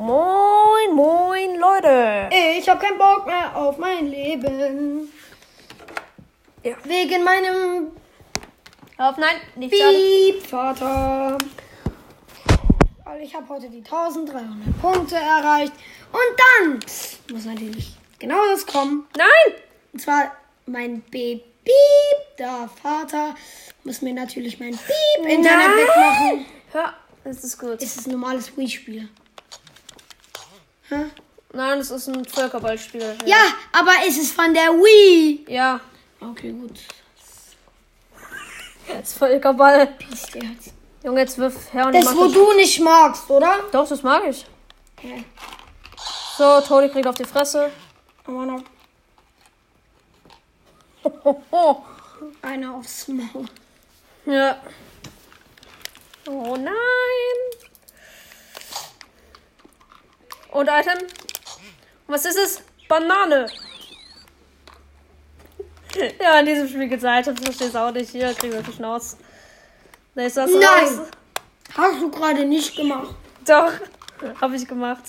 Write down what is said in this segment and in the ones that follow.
Moin, moin, Leute. Ich hab keinen Bock mehr auf mein Leben. Ja. Wegen meinem Nein, nicht Piep-Vater. Weil ich habe heute die 1300 Punkte erreicht. Und dann muss natürlich genau das kommen. Nein! Und zwar mein Piep, der Vater muss mir natürlich mein Piep-Internet wegmachen. Ja, das ist gut. Ist es ein normales Wii-Spiel? Hä? Nein, das ist ein Völkerballspiel. Ja, aber ist es von der Wii? Ja, Okay, gut. jetzt Völkerball. Peace, der hat's. Junge, jetzt wirf her und Das, wo du nicht magst, oder? Doch, das mag ich. Okay. So, Toni kriegt auf die Fresse. Aber noch Oh. einer aufs Maul. Ja. Oh nein. Und Item? Was ist es? Banane. Ja, in diesem Spiel gibt's Items, ich versteh's auch nicht. Hier kriegen wir auf die Schnauze. Da ist das Nein! raus. Hast du gerade nicht gemacht. Doch, hab ich gemacht.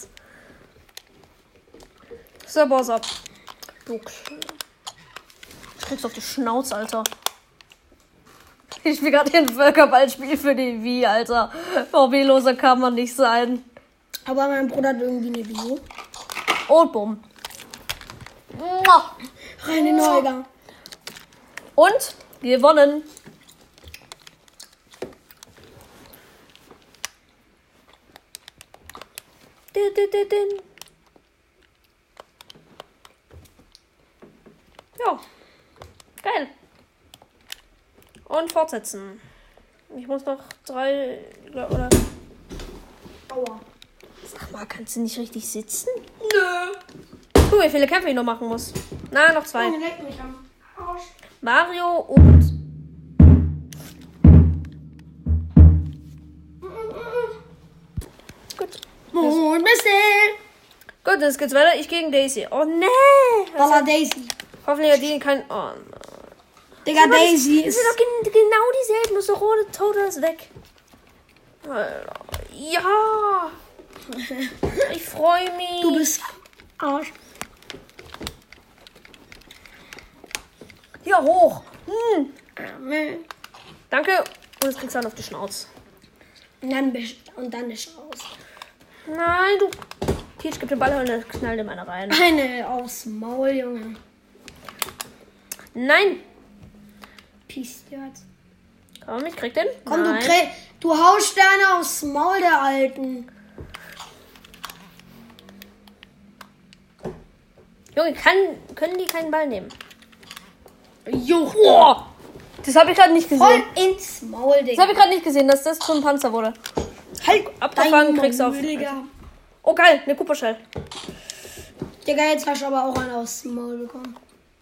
So, Boss ab. Du kriegst auf die Schnauze, Alter. Ich spiel gerade ein Völkerballspiel für die Wii, Alter. Hobbyloser kann man nicht sein. Aber mein Bruder hat irgendwie eine Bio. Und bumm. Reine Neugang. Und gewonnen. Ja. Geil. Und fortsetzen. Ich muss noch 3 oder... Aua. Sag mal, kannst du nicht richtig sitzen? Nö. Guck, wie viele Kämpfe ich noch machen muss. Na, noch 2. Leck mich am Arsch. Mario und... Gut. Moin, Misty. Gut, jetzt geht's weiter. Ich gegen Daisy. Oh, nee. Voila Daisy. Hoffentlich hat die kein... Oh, nein. Digga, Daisy Das ist... sind doch genau dieselben. Nur so rote Tote ist weg. Alter. Ja. Ich freue mich. Du bist Arsch. Hier hoch. Und Danke. Und jetzt kriegst du dann auf die Schnauze. dann ist aus. Nein, du... Peach, gib den Ball und dann knallt ihm einer rein. Eine aufs Maul, Junge. Nein. Peace, der hat's. Komm, ich krieg den. Komm, Nein. du haust deine aufs Maul der Alten. Junge, können die keinen Ball nehmen? Jo. Oh, das habe ich gerade nicht Voll gesehen. ins Maul, Das Digga. habe ich gerade nicht gesehen, dass das zum Panzer wurde. Halt Abgefangen, kriegst du auf. Digga. Oh, geil, eine Cooper-Shell. Digga, jetzt hast du aber auch einen aufs Maul bekommen.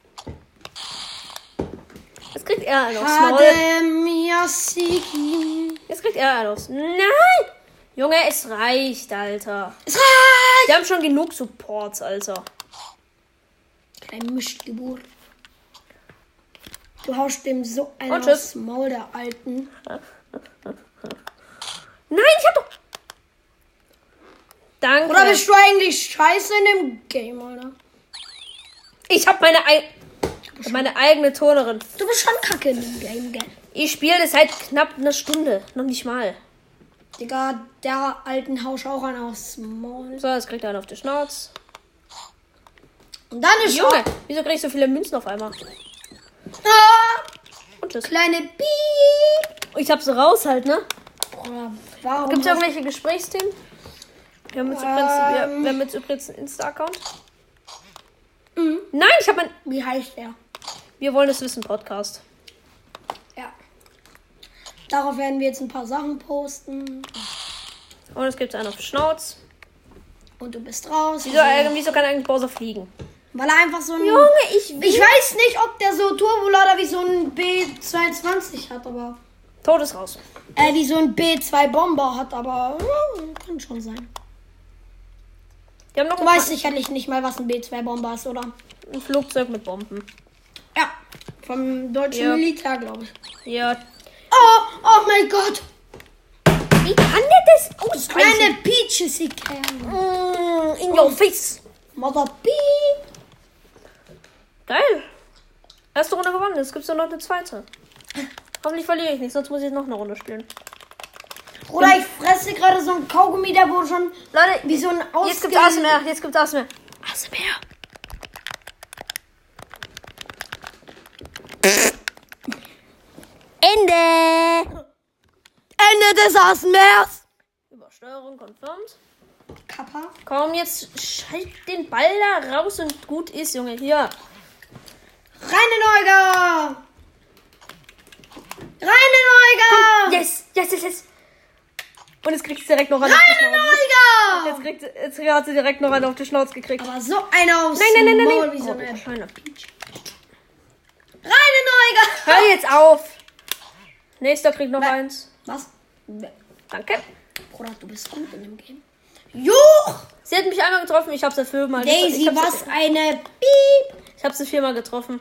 Jetzt kriegt er einen aufs Maul. Miyasiki. Jetzt kriegt er einen aufs. Nein! Junge, es reicht, Alter. Es reicht! Wir haben schon genug Supports, Alter. Kleine Mischgeburt. Du haust dem so einen Und tschüss. aufs Maul der Alten. Nein, ich hab doch... Danke. Oder bist du eigentlich scheiße in dem Game, Alter? Ich hab meine eigene Turnerin. Du bist schon kacke in dem Game, gell? Ich spiele das seit knapp einer Stunde. Noch nicht mal. Digga, der Alten haust auch einen aufs Maul. So, jetzt kriegt er einen auf die Schnauze. Und dann ist Junge, wieso krieg ich so viele Münzen auf einmal? Und tschüss. Kleine Piep. Ich hab sie raus halt, ne? Bruder, warum? Gibt es irgendwelche Gesprächsthemen? Wir haben jetzt übrigens einen Insta-Account. Nein, ich habe Wie heißt der? Wir wollen es wissen, Podcast. Ja. Darauf werden wir jetzt ein paar Sachen posten. Und es gibt einen auf die Schnauze. Und du bist raus. Wieso kann eigentlich Bowser fliegen? Weil er einfach so ein... Junge, ich Ich weiß nicht, ob der so Turbolader wie so ein B22 hat, aber... Tod ist raus. Wie so ein B2 Bomber hat, aber... kann schon sein. Die haben noch Du weißt sicherlich nicht mal, was ein B2 Bomber ist, oder? ein Flugzeug mit Bomben. Ja. Vom deutschen Ja. Militär, glaube ich. Ja. Oh mein Gott. Wie kann der das ausweichen? Kleine Peaches, sie kennen. In your face. Mother Bee. Geil. Erste Runde gewonnen. Jetzt gibt's ja noch eine zweite. Hoffentlich verliere ich nicht, sonst muss ich noch eine Runde spielen. Bruder, ich fresse gerade so ein Kaugummi, der wurde schon Leute, wie so ein jetzt gibt's ASMR. Jetzt gibt's ASMR. ASMR. Ende. Ende des ASMRs. Übersteuerung confirmed. Kappa. Komm, jetzt schalt den Ball da raus und gut ist, Junge. Hier. Reine Neuger. Yes. Und jetzt kriegst du direkt noch einen Reine Neuger. Jetzt hat sie direkt noch einen auf die Schnauze gekriegt. Aber so einer aus Nein. Maul wie so Oh, eine kleiner Peach. Reine Neuger. Hör jetzt auf. Nächster kriegt noch eins. Was? Danke. Bruder, du bist gut in dem Game. Juch. Sie hat mich einmal getroffen. Ich habe sie viermal. Daisy, ich was eine Piep. Ich habe sie viermal getroffen.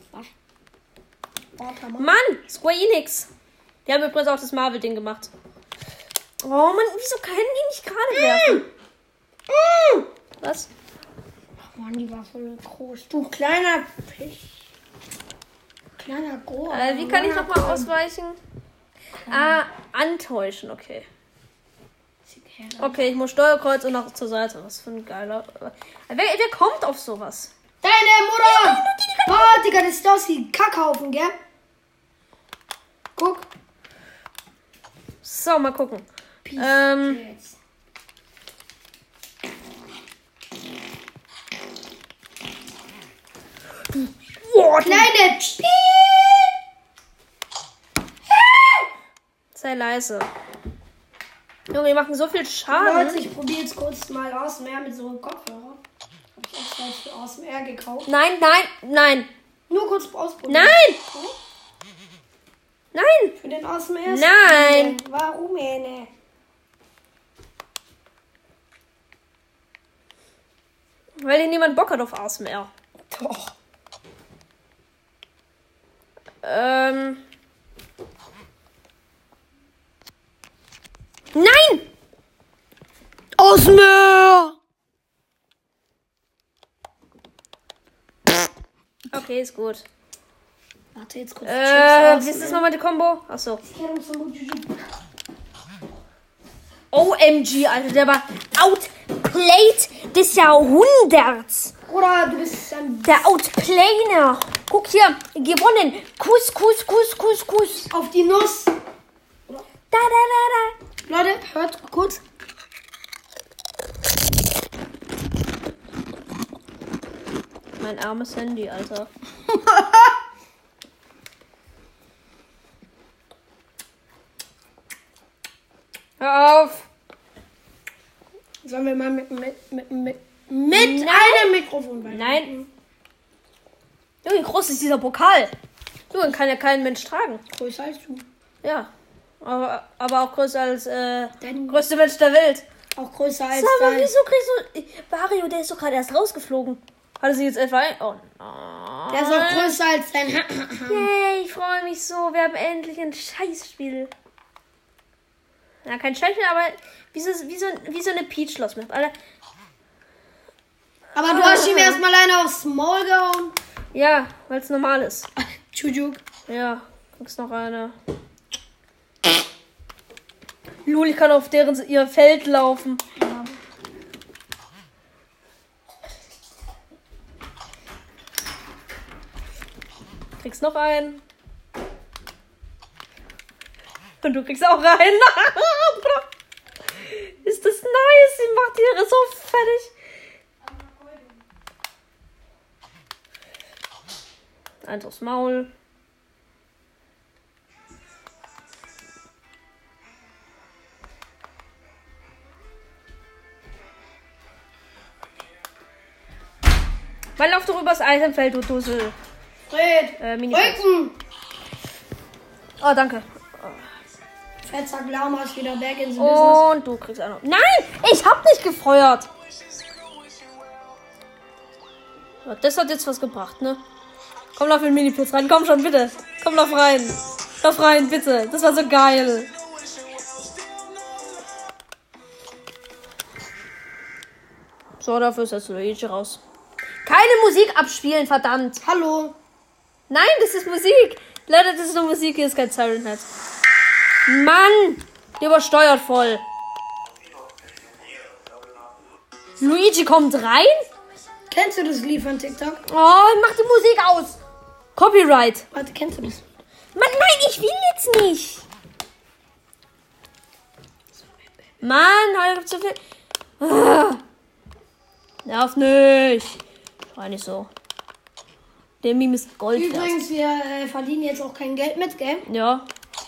Warte mal. Mann, Square Enix. Die haben übrigens auch das Marvel-Ding gemacht. Oh Mann, wieso können die nicht gerade werfen? Was? Ach Mann, die war voll groß. Du kleiner Fisch. Kleiner Goa. Wie kann ich nochmal ausweichen? Antäuschen, okay. Okay, ich muss Steuerkreuz und noch zur Seite. Was für ein geiler... Wer kommt auf sowas? Deine Mutter! Oh, Digga, das sieht aus wie ein Kackhaufen, gell? Guck. So, mal gucken. Jetzt. Boah, Kleine Piep! sei leise. Junge, die machen so viel Schaden. Leute, ich probiere jetzt kurz mal ASMR mit so einem Kopfhörer. Hab ich extra für ASMR gekauft. Nein. Nur kurz ausprobieren. Nein! Nein! Für den ASMR? Nein! Warum denn? Weil hier niemand Bock hat auf ASMR. Doch. Nein! ASMR! Okay, ist gut. Warte, jetzt kurz. Wie ist das nochmal die Kombo? Achso. OMG, Alter, der war Outplayed des Jahrhunderts. Oder du bist ein Der Outplaner. Guck hier, gewonnen. Kuss. auf die Nuss. Da. Leute, hört kurz. Mein armes Handy, Alter. Hör auf. Sollen wir mal mit einem Mikrofon weiter? Nein. Junge, wie groß ist dieser Pokal? Junge, kann ja kein Mensch tragen. Größer als du. Ja. Aber auch größer als Dein- größte Mensch der Welt. Auch größer als Sag mal, dein. wieso kriegst du... Mario, der ist doch gerade erst rausgeflogen. Hatte sie jetzt etwa ein... Oh nein. Der ist auch größer als dein. Yay, ich freue mich so. Wir haben endlich ein Scheißspiel. Ja, kein Scheißspiel, aber wie so eine Peach-Schloss-Map. Alter. Aber du hast ihm erstmal eine aufs Maul gehauen. Ja, weil es normal ist. Tschujuk. Ja, kriegst noch eine. Lul, ich kann auf ihr Feld laufen. Ja. Kriegst noch einen. Und du kriegst auch rein. Ist das nice? Sie macht ihre so fertig. Eins aufs Maul. Weil lauf doch übers Eisenfeld, du Dussel. Fred. Mini Rücken. Oh, danke. Fettsack Lama ist wieder back in the business. Und du kriegst auch noch. Nein! Ich hab nicht gefeuert! So, das hat jetzt was gebracht, ne? Komm, lauf in den Minipilz rein. Komm schon, bitte. Komm, lauf rein. Lauf rein, bitte. Das war so geil. So, dafür ist jetzt Luigi raus. Keine Musik abspielen, verdammt. Hallo. Nein, das ist Musik. Leute, das ist nur Musik, hier ist kein Siren Head. Mann, die übersteuert voll. Luigi kommt rein? Kennst du das Lied von TikTok? Oh, mach die Musik aus. Copyright. Warte, kennst du das? Mann, nein, ich will jetzt nicht. Mann, heute gibt's so viel. Nerv nicht. War nicht so. Der Meme ist Gold wert. Übrigens, wir verdienen jetzt auch kein Geld mit, gell? Ja.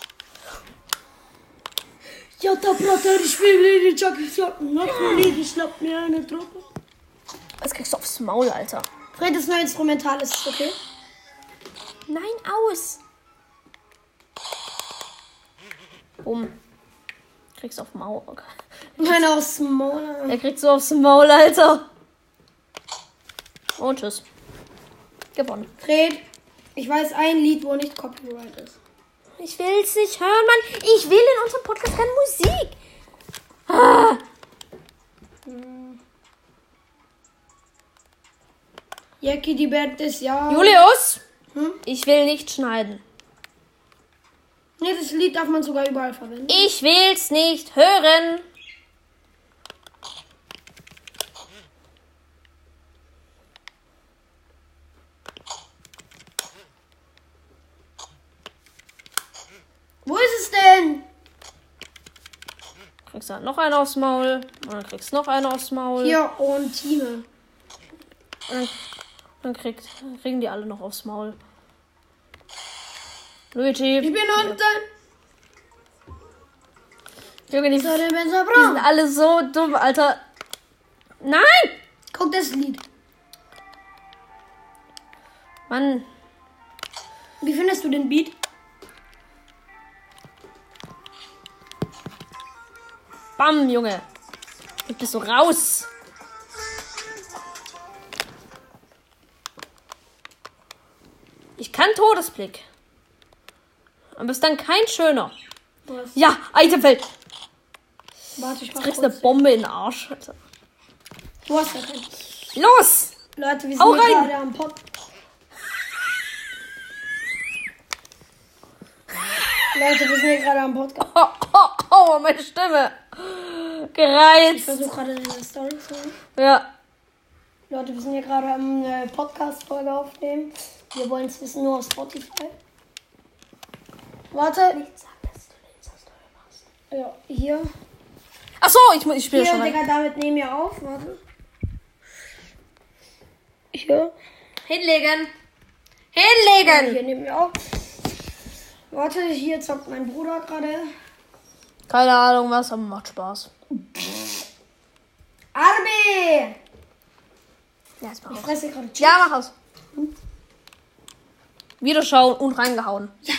Ja, der Bruder, ich will den Jackie-Socken. Ich schnapp mir eine Truppe. Was kriegst du aufs Maul, Alter? Fred, das neue Instrumental ist okay? Nein, aus. Bumm. Kriegst auf Maul. Nein, aus dem Maul. Er kriegt so aufs Maul, Alter. Und tschüss. Gewonnen. Fred, ich weiß ein Lied, wo nicht Copyright ist. Ich will's nicht hören, Mann. Ich will in unserem Podcast keine Musik. Ah. Jackie, die Band ist ja... Julius, Hm? ich will nicht schneiden. Nee, das Lied darf man sogar überall verwenden. Ich will's nicht hören. Wo ist es denn? Kriegst halt noch einen aufs Maul. Und dann kriegst noch einen aufs Maul. Hier, und Time. Und dann kriegen die alle noch aufs Maul. Luigi. Ich bin unten. Junge, die So, der Benzer sind Braun. alle so dumm, Alter. Nein! Guck das Lied. Mann. Wie findest du den Beat? Bam, Junge. Du bist so raus. Ich kann Todesblick. Aber ist dann kein schöner. Was? Ja, Itemfeld. Warte, ich Du mach kriegst kurz. eine Bombe in den Arsch. Alter. Du hast ja keinen. Los! Leute, wir sind Hau hier rein! gerade am Pod. Leute, wir sind hier gerade am Podcast. Oh, meine Stimme. Ich Gereizt. versuche gerade eine Story zu machen. Ja. Leute, wir sind hier gerade am Podcast-Folge aufnehmen. Wir wollen es wissen, nur auf Spotify. Warte. Ja, hier. Achso, ich spiele Hier, schon rein. Digga, damit nehmen wir auf. Warte. Hier. Hinlegen. Hier Hinlegen. nehmen wir auf. Warte, hier zockt mein Bruder gerade. Keine Ahnung was, aber macht Spaß. Arbe! Ja, jetzt mach Ich aus. fresse gerade Chips. Ja, mach aus. Wiederschauen und reingehauen. Ja.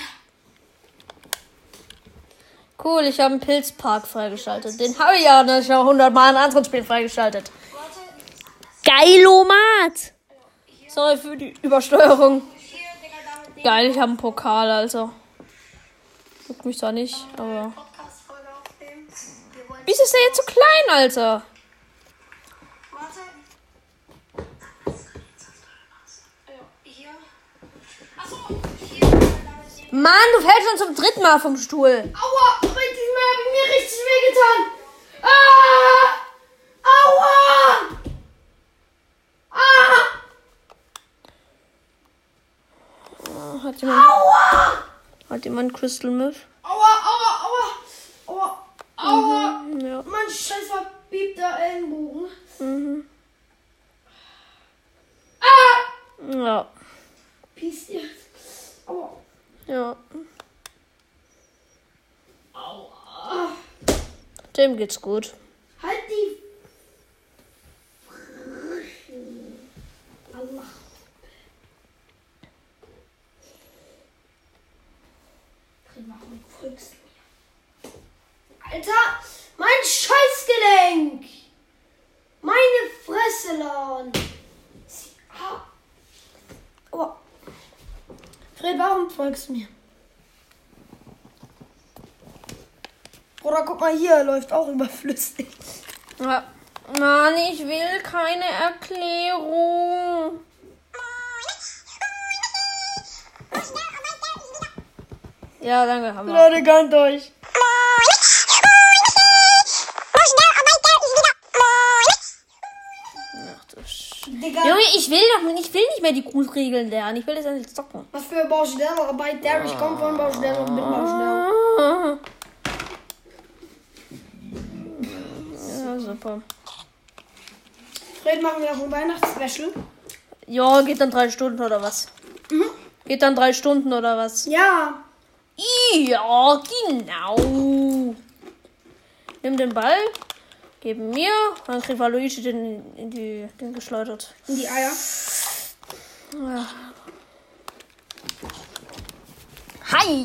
Cool, ich habe einen Pilzpark freigeschaltet. Den habe ich ja schon 100 Mal in anderen Spielen freigeschaltet. Geilomat! Sorry für die Übersteuerung. Hier, Digga, damit nehmen Geil, ich habe einen Pokal, also. Juckt mich zwar nicht, aber. wir Podcast-Folge aufnehmen. Wir wollen. Wieso ist der jetzt so klein, Alter? Warte. Ja, hier. Achso, hier, Digga, damit nehmen Mann, du fällst schon zum dritten Mal vom Stuhl. Aua! Bei diesem hat mir richtig wehgetan! Ah! Aua! Ah! Hat jemand Crystal Meth? Aua, aua, aua! Aua! Aua! Ja. Mann, scheiß verbiebter Ellenbogen. Mhm. Ah! Ja. Peace dir. Aua. Ja. Aua. Dem geht's gut. Halt die. Allah. Warum folgst du mir? Alter, mein Scheißgelenk! Meine Fresse, Laun! Oh. Fred, warum folgst du mir? Bruder, guck mal hier, läuft auch überflüssig. Ja. Mann, ich will keine Erklärung. Ja, danke, haben wir. Leute, ganz durch. Ach du Digga. Junge, ich will nicht mehr die Grundregeln lernen. Ich will das endlich zocken. Was für Baustelle? Bei der ich komme von Baustelle und bin Baustelle. Ja, super. Fred, machen wir auch ein Weihnachtsspecial? Ja, geht dann 3 Stunden oder was? Geht dann 3 Stunden oder was? Ja. Ja, genau. Nimm den Ball, gib mir, dann kriegt Luigi den geschleudert. In die Eier. Ja. Hi!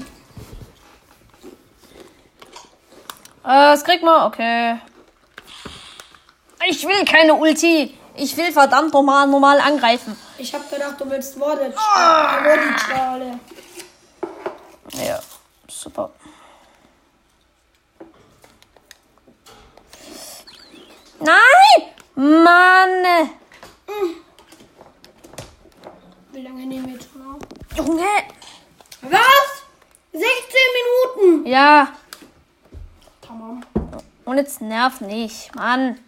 Das kriegt man, okay. Ich will keine Ulti. Ich will verdammt normal angreifen. Ich hab gedacht, du willst Body-Schale. Ja, super. Nein! Mann! Wie lange nehmen wir jetzt schon auf? Junge! Was? 16 Minuten! Ja, Tamam. und jetzt nerv nicht, Mann.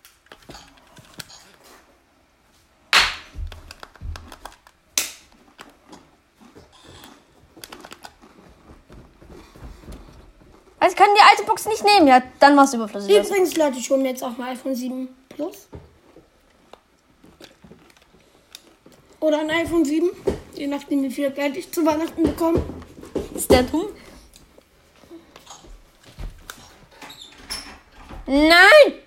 Also ich kann die alte Box nicht nehmen. Ja, dann machst du überflüssig. Übrigens, Leute, ich hole mir jetzt auch mal iPhone 7 Plus. Oder ein iPhone 7. Je nachdem, wie viel Geld ich zu Weihnachten bekomme. Ist der dumm? Nein!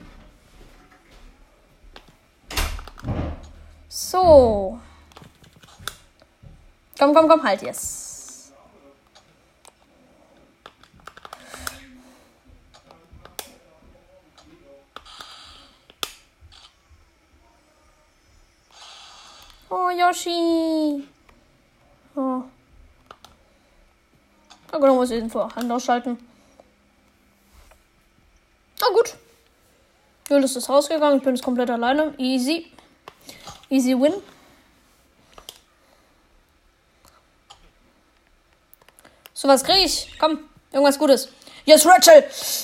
So. Komm, halt jetzt. Oh, Yoshi. Oh. Na gut, dann muss ich den Vorhand ausschalten. Na gut. Julius ist rausgegangen. Ich bin jetzt komplett alleine. Easy. Easy win. So, was krieg ich? Komm, irgendwas Gutes. Yes, Rachel.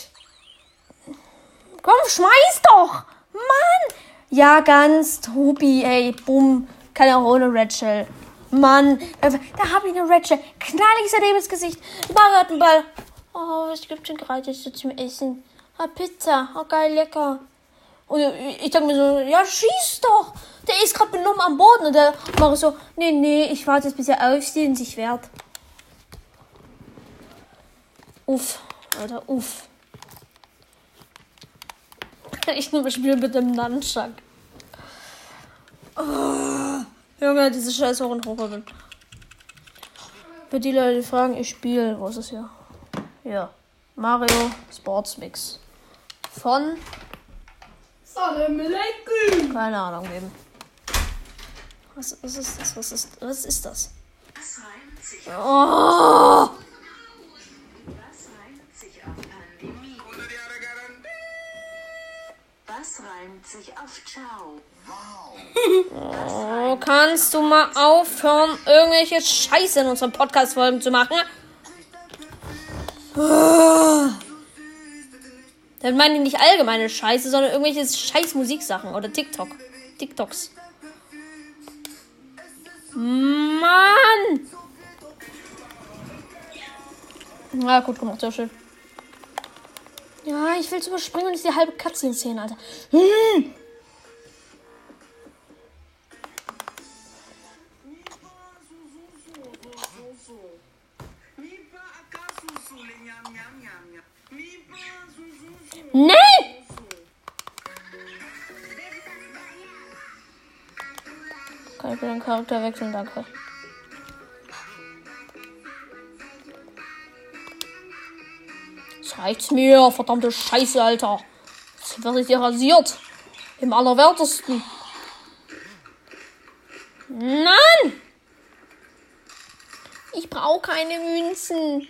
Komm, schmeiß doch. Mann. Ja, ganz Tobi, ey. Bumm. Kann ja auch ohne Rachel. Mann. Da habe ich eine Rachel. Knall ich seitdem ins Gesicht. Mario hat einen Ball. Oh, was gibt's denn gerade jetzt zum Essen? Ah, Pizza. Oh, geil, lecker. Und ich dachte mir so, ja, schieß doch. Der ist gerade benommen am Boden. Und der Mario so, nee, ich warte jetzt, bis er aufsteht und sich wehrt. Uff, Alter, uff. Ich spiele mit dem Nunchuck. Oh, Junge, diese scheiß Hornhochel. Für die Leute, die fragen, ich spiele. Wo ist es hier? Ja. Mario Sports Mix. Von. Salam alaikum. Keine Ahnung, wem. Was ist das? Was ist das? Oh! Was reimt sich auf Ciao? Oh, kannst du mal aufhören, irgendwelche Scheiße in unseren Podcast-Folgen zu machen? Oh. Dann meine ich nicht allgemeine Scheiße, sondern irgendwelche scheiß Musiksachen oder TikToks. Mann! Na gut gemacht, sehr schön. Ja, ich will es überspringen und ich die halbe Cutscene sehen, Alter. Nein! Kann ich wieder den Charakter wechseln, danke. Das reicht's mir, verdammte Scheiße, Alter. Jetzt werde ich dir rasiert. Im Allerwertesten. Nein! Ich brauche keine Münzen.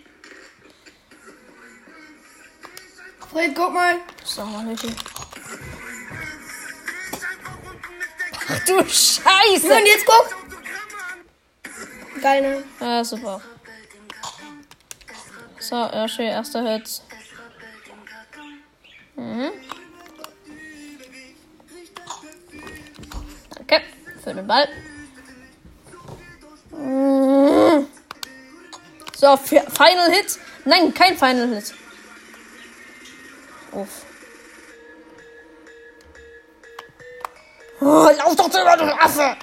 Fred, guck mal. Sag mal, Michi. du Scheiße. Und jetzt guck. Geil, ne? Ja, super. So, ja, schön, erster Hit. Danke für den Ball. So, Final Hit. Nein, kein Final Hit. Uff. Oh, lauf doch drüber, du Affe!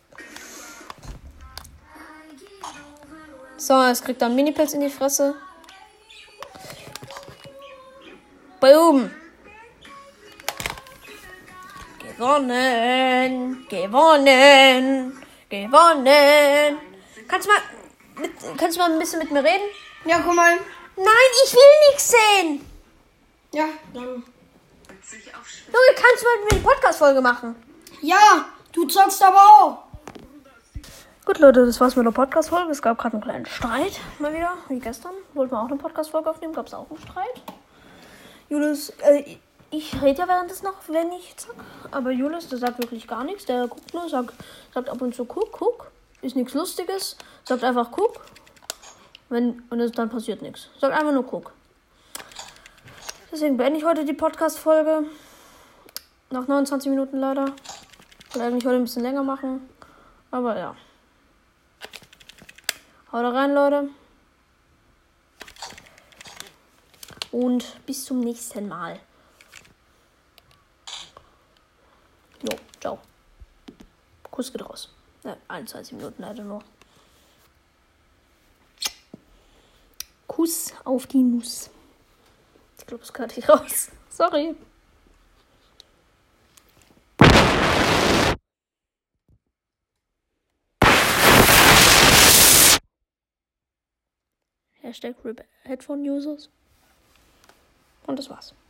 So, jetzt kriegt er einen Minipilz in die Fresse. Boom! Gewonnen! Gewonnen! Gewonnen! Kannst du mal ein bisschen mit mir reden? Ja, guck mal. Nein, ich will nichts sehen! Ja, dann. Junge, kannst du mal mit mir die Podcast-Folge machen? Ja, du zockst aber auch. Gut, Leute, das war's mit der Podcast-Folge. Es gab gerade einen kleinen Streit, mal wieder, wie gestern. Wollten wir auch eine Podcast-Folge aufnehmen, gab es auch einen Streit. Julius, ich rede ja währenddessen noch, wenn ich zock. Aber Julius, der sagt wirklich gar nichts. Der guckt nur, sagt ab und zu, guck. Ist nichts Lustiges. Sagt einfach, guck. Dann passiert nichts. Sagt einfach nur, guck. Deswegen beende ich heute die Podcast-Folge. Nach 29 Minuten leider. Ich will eigentlich heute ein bisschen länger machen. Aber ja. Haut rein, Leute. Und bis zum nächsten Mal. Jo, ciao. Kuss geht raus. 21 Minuten leider nur. Kuss auf die Nuss. Ich glaube, es gehört hier raus. Sorry. #RIP Headphone Users. Und das war's.